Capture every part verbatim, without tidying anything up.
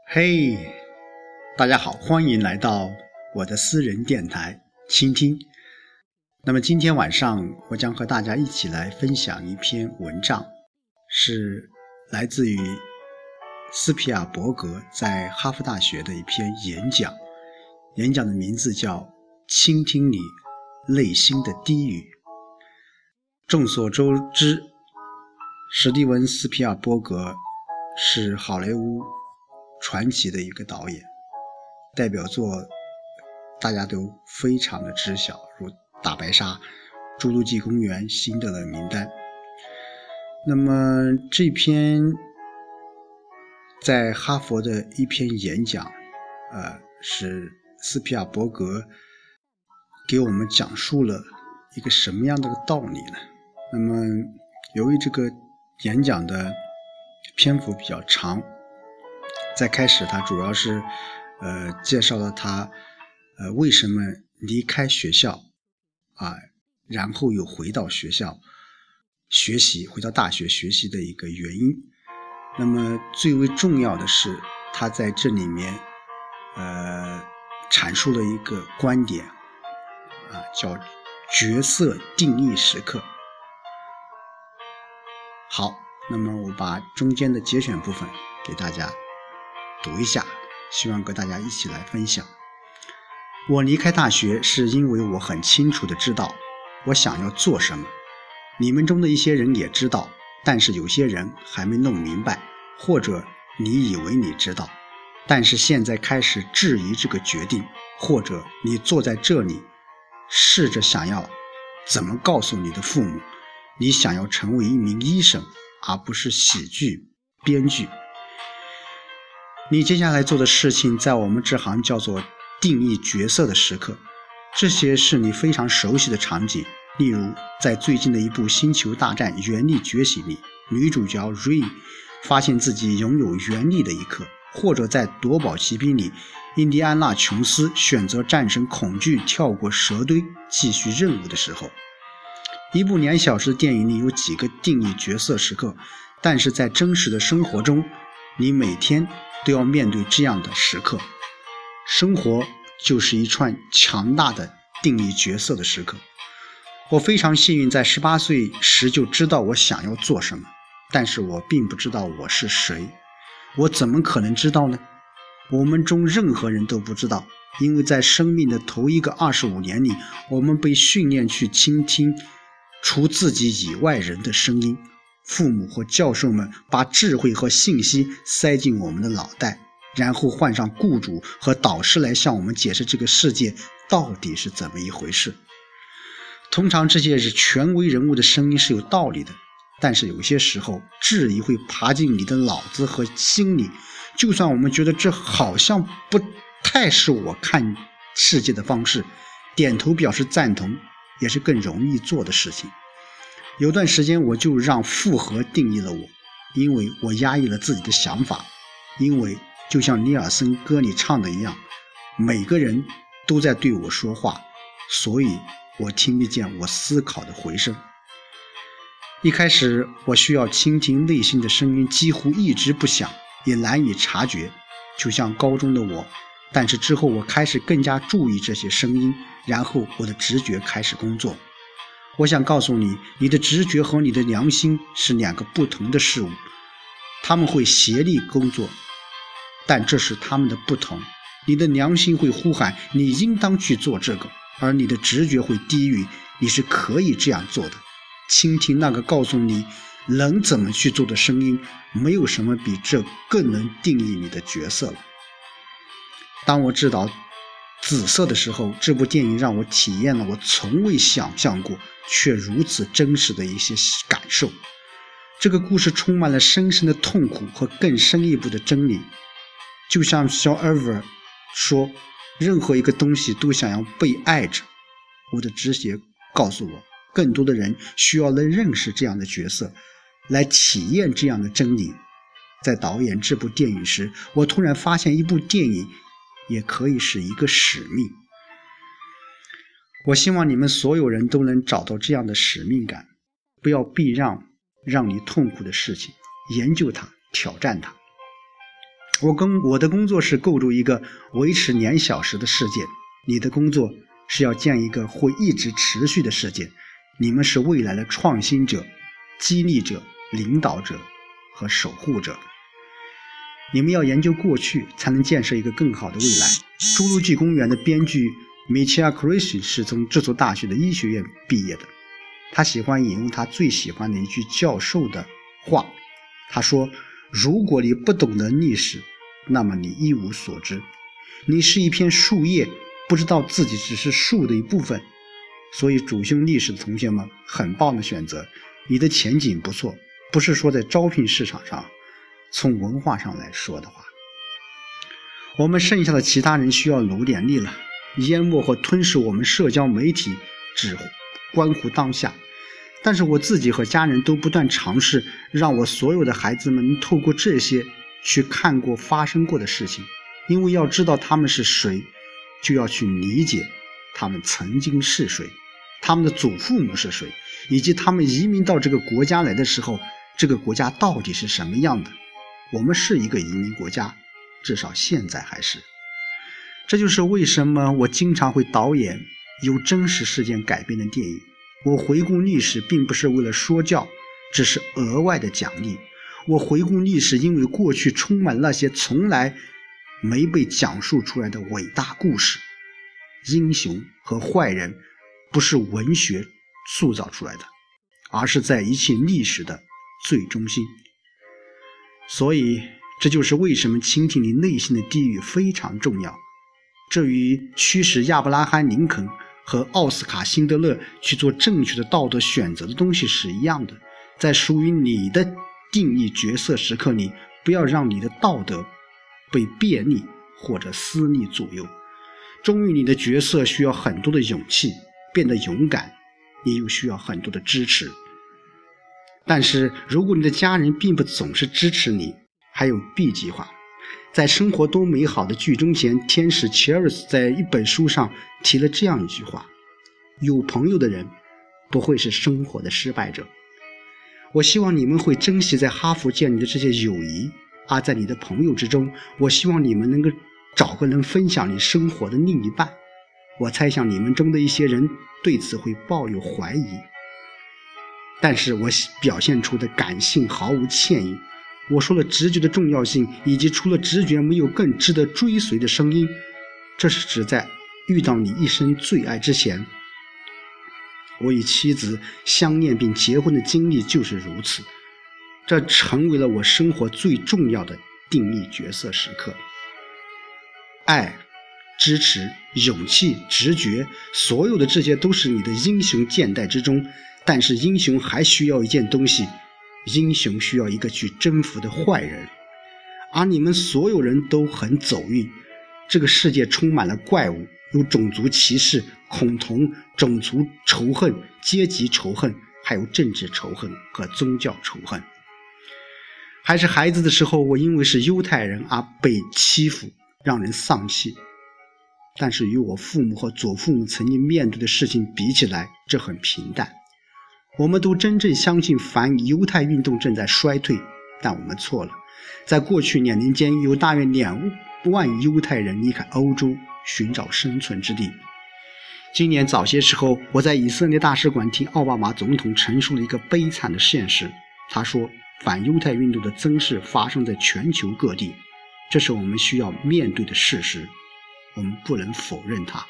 嘿、hey, 大家好，欢迎来到我的私人电台倾听。那么今天晚上我将和大家一起来分享一篇文章，是来自于斯皮尔伯格在哈佛大学的一篇演讲，演讲的名字叫倾听你内心的低语。众所周知，史蒂文·斯皮尔伯格是好莱坞传奇的一个导演，代表作大家都非常的知晓，如大白鲨、侏罗纪公园、辛德勒名单。那么这篇在哈佛的一篇演讲，呃，是斯皮尔伯格给我们讲述了一个什么样的道理呢？那么由于这个演讲的篇幅比较长，在开始他主要是呃介绍了他呃为什么离开学校啊，然后又回到学校学习，回到大学学习的一个原因。那么最为重要的是，他在这里面呃阐述了一个观点啊，叫角色定义时刻。好，那么我把中间的节选部分给大家读一下，希望跟大家一起来分享。我离开大学是因为我很清楚地知道我想要做什么，你们中的一些人也知道，但是有些人还没弄明白，或者你以为你知道，但是现在开始质疑这个决定，或者你坐在这里试着想要怎么告诉你的父母你想要成为一名医生，而不是喜剧编剧。你接下来做的事情在我们这行叫做定义角色的时刻，这些是你非常熟悉的场景，例如在最近的一部《星球大战：原力觉醒》里，女主角 Rey 发现自己拥有原力的一刻，或者在夺宝奇兵里，印第安纳琼斯选择战胜恐惧，跳过蛇堆继续任务的时候。一部两小时的电影里有几个定义角色时刻，但是在真实的生活中，你每天都要面对这样的时刻。生活就是一串强大的定义角色的时刻。我非常幸运在十八岁时就知道我想要做什么，但是我并不知道我是谁。我怎么可能知道呢？我们中任何人都不知道，因为在生命的头一个二十五年里，我们被训练去倾听除自己以外人的声音。父母或教授们把智慧和信息塞进我们的脑袋，然后换上雇主和导师来向我们解释这个世界到底是怎么一回事。通常这些是权威人物的声音是有道理的，但是有些时候质疑会爬进你的脑子和心里，就算我们觉得这好像不太是我看世界的方式，点头表示赞同也是更容易做的事情。有段时间我就让复合定义了我，因为我压抑了自己的想法，因为就像尼尔森歌里唱的一样，每个人都在对我说话，所以我听不见我思考的回声。一开始我需要倾听内心的声音，几乎一直不响，也难以察觉，就像高中的我。但是之后我开始更加注意这些声音，然后我的直觉开始工作。我想告诉你，你的直觉和你的良心是两个不同的事物，他们会协力工作，但这是他们的不同。你的良心会呼喊你应当去做这个，而你的直觉会低语你是可以这样做的。倾听那个告诉你能怎么去做的声音，没有什么比这更能定义你的角色了。当我知道紫色的时候，这部电影让我体验了我从未想象过却如此真实的一些感受。这个故事充满了深深的痛苦和更深一步的真理，就像肖尔维说，任何一个东西都想要被爱着。我的直觉告诉我，更多的人需要能认识这样的角色，来体验这样的真理。在导演这部电影时，我突然发现一部电影也可以是一个使命。我希望你们所有人都能找到这样的使命感，不要避让让你痛苦的事情，研究它，挑战它。 我跟我的工作是构筑一个维持年小时的世界，你的工作是要建一个会一直持续的世界。你们是未来的创新者、激励者、领导者和守护者。你们要研究过去，才能建设一个更好的未来。侏罗纪公园的编剧米切尔·克瑞什是从这所大学的医学院毕业的。他喜欢引用他最喜欢的一句教授的话，他说，如果你不懂得历史，那么你一无所知。你是一片树叶，不知道自己只是树的一部分。所以主修历史的同学们，很棒的选择，你的前景不错，不是说在招聘市场上，从文化上来说的话。我们剩下的其他人需要努点力了，淹没或吞噬我们社交媒体只关乎当下。但是我自己和家人都不断尝试，让我所有的孩子们透过这些去看过发生过的事情，因为要知道他们是谁，就要去理解他们曾经是谁，他们的祖父母是谁，以及他们移民到这个国家来的时候，这个国家到底是什么样的。我们是一个移民国家，至少现在还是。这就是为什么我经常会导演由真实事件改编的电影。我回顾历史并不是为了说教，只是额外的奖励。我回顾历史，因为过去充满那些从来没被讲述出来的伟大故事。英雄和坏人不是文学塑造出来的，而是在一切历史的最中心。所以这就是为什么倾听你内心的地狱非常重要。这与驱使亚伯拉罕·林肯和奥斯卡·辛德勒去做正确的道德选择的东西是一样的。在属于你的定义角色时刻里，不要让你的道德被便利或者私利左右。忠于你的角色需要很多的勇气，变得勇敢，你又需要很多的支持。但是如果你的家人并不总是支持你，还有 B 计划。在生活多美好的剧中前，天使 Cheris 在一本书上提了这样一句话，有朋友的人不会是生活的失败者。我希望你们会珍惜在哈佛建立的这些友谊，而在你的朋友之中，我希望你们能够找个能分享你生活的另一半。我猜想你们中的一些人对此会抱有怀疑，但是我表现出的感性毫无歉意。我说了直觉的重要性，以及除了直觉没有更值得追随的声音。这是指在遇到你一生最爱之前。我与妻子相恋并结婚的经历就是如此，这成为了我生活最重要的定义角色时刻。爱、支持、勇气、直觉，所有的这些都是你的英雄健带之中。但是英雄还需要一件东西，英雄需要一个去征服的坏人。而你们所有人都很走运，这个世界充满了怪物，有种族歧视、恐同、种族仇恨、阶级仇恨，还有政治仇恨和宗教仇恨。还是孩子的时候，我因为是犹太人而被欺负，让人丧气。但是与我父母和祖父母曾经面对的事情比起来，这很平淡。我们都真正相信反犹太运动正在衰退，但我们错了。在过去两年间，有大约两万犹太人离开欧洲寻找生存之地。今年早些时候，我在以色列大使馆听奥巴马总统陈述了一个悲惨的现实。他说，反犹太运动的增势发生在全球各地，这是我们需要面对的事实，我们不能否认它。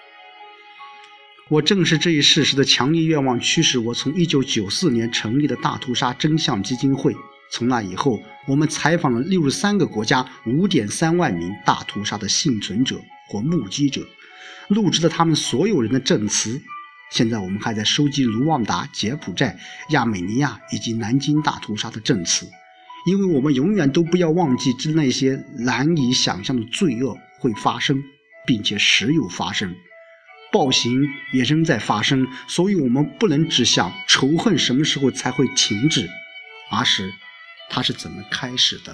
我正是这一事实的强烈愿望驱使我从一九九四年成立的大屠杀真相基金会。从那以后，我们采访了六十三个国家 五点三万名大屠杀的幸存者或目击者，录制了他们所有人的证词。现在我们还在收集卢旺达、柬埔寨、亚美尼亚以及南京大屠杀的证词，因为我们永远都不要忘记那些难以想象的罪恶会发生，并且时有发生。暴行也仍在发生，所以我们不能只想仇恨什么时候才会停止，而是它是怎么开始的。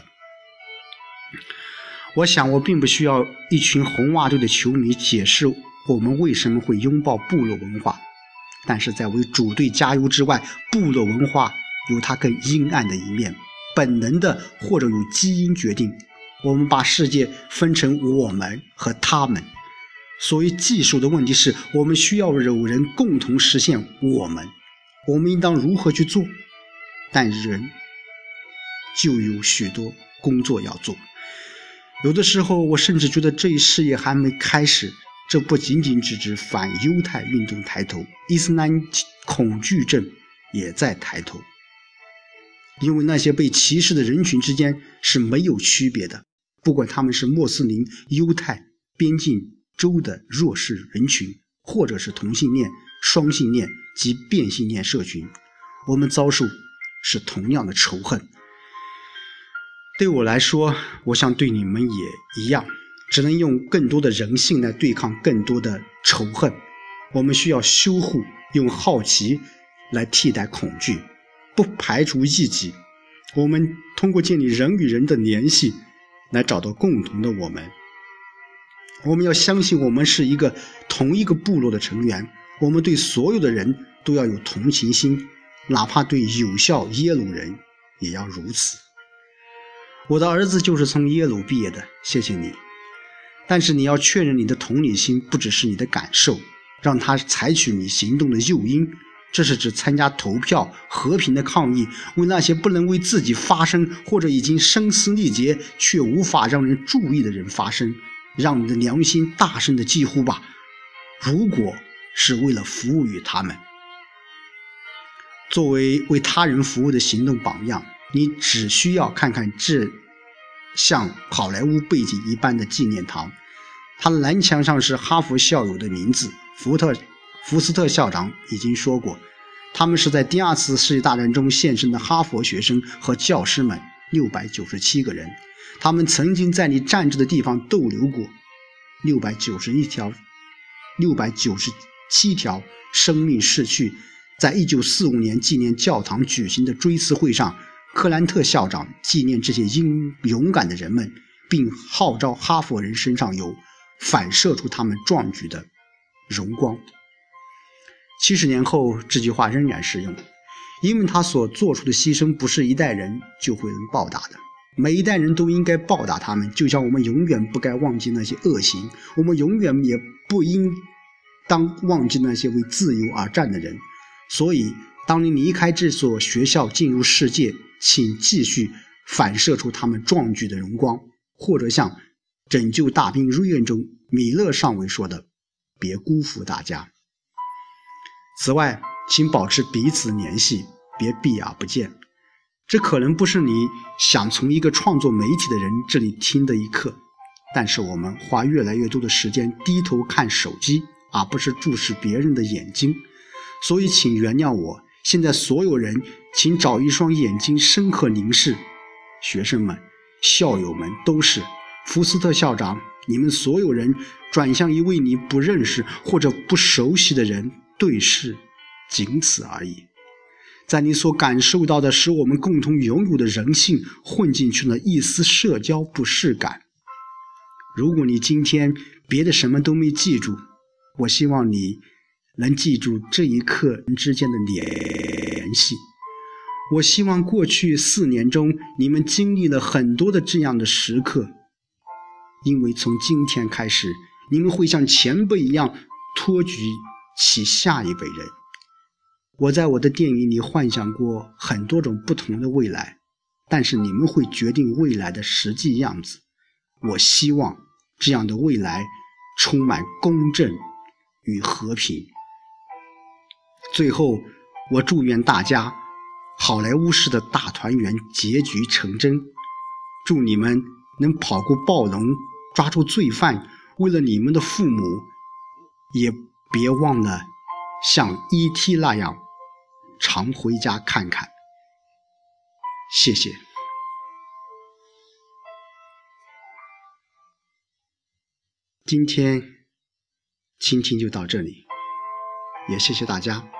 我想我并不需要一群红袜队的球迷解释我们为什么会拥抱部落文化，但是在为主队加油之外，部落文化有它更阴暗的一面，本能的或者由基因决定， 我们把世界分成我们和他们。所谓技术的问题是，我们需要有人共同实现我们，我们应当如何去做？但人就有许多工作要做。有的时候我甚至觉得这一事业还没开始。这不仅仅只指反犹太运动抬头，伊斯兰恐惧症也在抬头。因为那些被歧视的人群之间是没有区别的，不管他们是穆斯林、犹太、边境州的弱势人群，或者是同性恋、双性恋及变性恋社群，我们遭受是同样的仇恨。对我来说，我想对你们也一样，只能用更多的人性来对抗更多的仇恨。我们需要修护，用好奇来替代恐惧，不排除异己。我们通过建立人与人的联系来找到共同的我们。我们要相信我们是一个同一个部落的成员，我们对所有的人都要有同情心，哪怕对有效耶鲁人也要如此。我的儿子就是从耶鲁毕业的，谢谢你。但是你要确认你的同理心不只是你的感受，让他采取你行动的诱因，这是指参加投票、和平的抗议，为那些不能为自己发声或者已经声嘶力竭却无法让人注意的人发声。让你的良心大声的疾呼吧，如果是为了服务于他们。作为为他人服务的行动榜样，你只需要看看这像好莱坞背景一般的纪念堂，它的蓝墙上是哈佛校友的名字。福特福斯特校长已经说过，他们是在第二次世界大战中献身的哈佛学生和教师们六百九十七个人，他们曾经在你站着的地方逗留过。六百九十一条六百九十七条生命逝去。在一九四五年纪念教堂举行的追思会上，克兰特校长纪念这些英勇敢的人们，并号召哈佛人身上有反射出他们壮举的荣光。七十年后，这句话仍然适用，因为他所做出的牺牲不是一代人就会能报答的。每一代人都应该报答他们，就像我们永远不该忘记那些恶行，我们永远也不应当忘记那些为自由而战的人。所以当你离开这所学校进入世界，请继续反射出他们壮举的荣光，或者像拯救大兵瑞恩中米勒上尉说的，别辜负大家。此外，请保持彼此联系，别避而不见。这可能不是你想从一个创作媒体的人这里听的一课，但是我们花越来越多的时间低头看手机，而不是注视别人的眼睛。所以请原谅我，现在所有人请找一双眼睛深刻凝视。学生们、校友们都是。福斯特校长，你们所有人转向一位你不认识或者不熟悉的人对视，仅此而已。在你所感受到的使我们共同拥有的人性混进去了一丝社交不适感。如果你今天别的什么都没记住，我希望你能记住这一刻之间的联系。我希望过去四年中你们经历了很多的这样的时刻，因为从今天开始，你们会像前辈一样托举起下一辈人。我在我的电影里幻想过很多种不同的未来，但是你们会决定未来的实际样子。我希望这样的未来充满公正与和平。最后，我祝愿大家好莱坞式的大团圆结局成真，祝你们能跑过暴龙，抓住罪犯，为了你们的父母，也别忘了像 E T 那样常回家看看。谢谢。今天倾听就到这里，也谢谢大家。